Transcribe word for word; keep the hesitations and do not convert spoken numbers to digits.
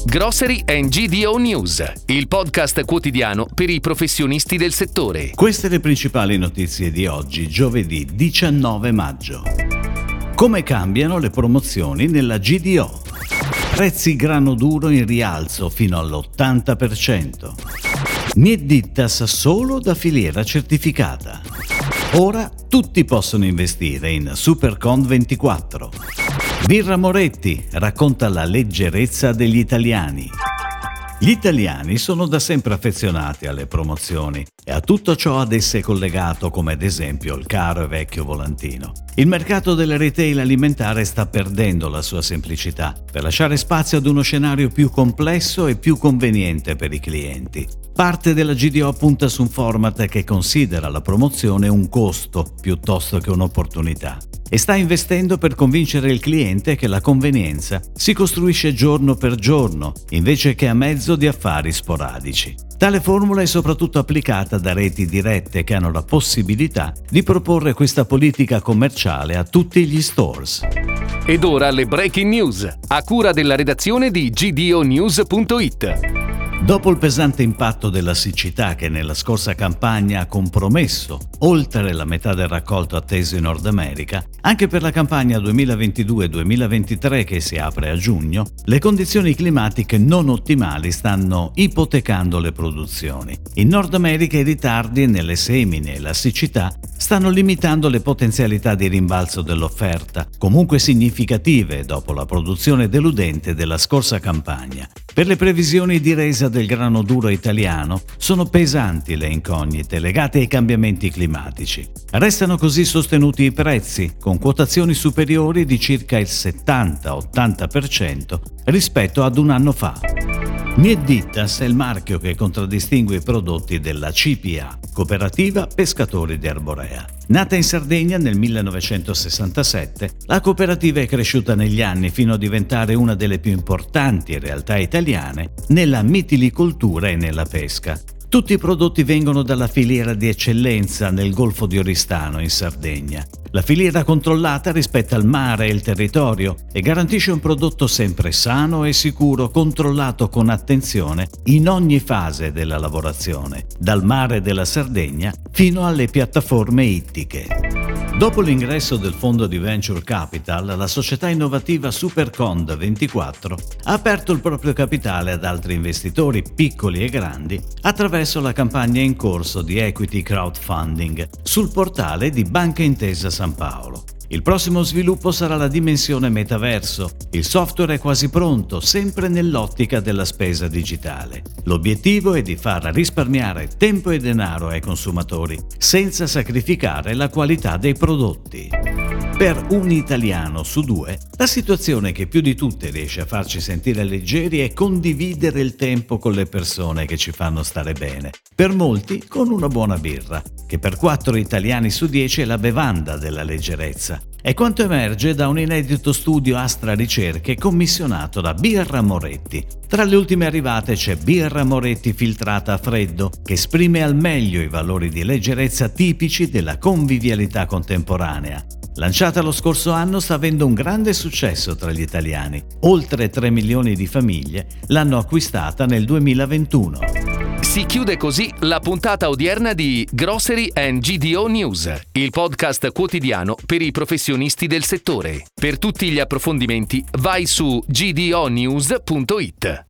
Grocery and G D O News, il podcast quotidiano per i professionisti del settore. Queste le principali notizie di oggi, giovedì diciannove maggio. Come cambiano le promozioni nella G D O? Prezzi grano duro in rialzo fino all'ottanta per cento. Niedittas solo da filiera certificata. Ora tutti possono investire in Supercon ventiquattro. Birra Moretti racconta la leggerezza degli italiani. Gli italiani sono da sempre affezionati alle promozioni e a tutto ciò ad esse collegato, come ad esempio il caro e vecchio volantino. Il mercato del retail alimentare sta perdendo la sua semplicità per lasciare spazio ad uno scenario più complesso e più conveniente per i clienti. Parte della G D O punta su un format che considera la promozione un costo piuttosto che un'opportunità e sta investendo per convincere il cliente che la convenienza si costruisce giorno per giorno invece che a mezzo di affari sporadici. Tale formula è soprattutto applicata da reti dirette che hanno la possibilità di proporre questa politica commerciale a tutti gli stores. Ed ora le breaking news, a cura della redazione di G D O news punto it. Dopo il pesante impatto della siccità che nella scorsa campagna ha compromesso oltre la metà del raccolto atteso in Nord America, anche per la campagna duemilaventidue duemilaventitré che si apre a giugno, le condizioni climatiche non ottimali stanno ipotecando le produzioni. In Nord America i ritardi nelle semine e la siccità stanno limitando le potenzialità di rimbalzo dell'offerta, comunque significative dopo la produzione deludente della scorsa campagna. Per le previsioni di resa del grano duro italiano sono pesanti le incognite legate ai cambiamenti climatici. Restano così sostenuti i prezzi, con quotazioni superiori di circa il settanta ottanta per cento rispetto ad un anno fa. Niedittas è il marchio che contraddistingue i prodotti della C P A, Cooperativa Pescatori di Arborea. Nata in Sardegna nel millenovecentosessantasette, la cooperativa è cresciuta negli anni fino a diventare una delle più importanti realtà italiane nella mitilicoltura e nella pesca. Tutti i prodotti vengono dalla filiera di eccellenza nel Golfo di Oristano, in Sardegna. La filiera controllata rispetta il mare e il territorio e garantisce un prodotto sempre sano e sicuro, controllato con attenzione in ogni fase della lavorazione, dal mare della Sardegna fino alle piattaforme ittiche. Dopo l'ingresso del fondo di Venture Capital, la società innovativa Supercon ventiquattro ha aperto il proprio capitale ad altri investitori piccoli e grandi attraverso la campagna in corso di equity crowdfunding sul portale di Banca Intesa San Paolo. Il prossimo sviluppo sarà la dimensione metaverso. Il software è quasi pronto, sempre nell'ottica della spesa digitale. L'obiettivo è di far risparmiare tempo e denaro ai consumatori, senza sacrificare la qualità dei prodotti. Per un italiano su due, la situazione che più di tutte riesce a farci sentire leggeri è condividere il tempo con le persone che ci fanno stare bene. Per molti con una buona birra, che per quattro italiani su dieci è la bevanda della leggerezza. È quanto emerge da un inedito studio Astra Ricerche commissionato da Birra Moretti. Tra le ultime arrivate c'è Birra Moretti filtrata a freddo, che esprime al meglio i valori di leggerezza tipici della convivialità contemporanea. Lanciata lo scorso anno, sta avendo un grande successo tra gli italiani. Oltre tre milioni di famiglie l'hanno acquistata nel duemilaventuno. Si chiude così la puntata odierna di Grocery and G D O News, il podcast quotidiano per i professionisti del settore. Per tutti gli approfondimenti vai su G D O news punto it.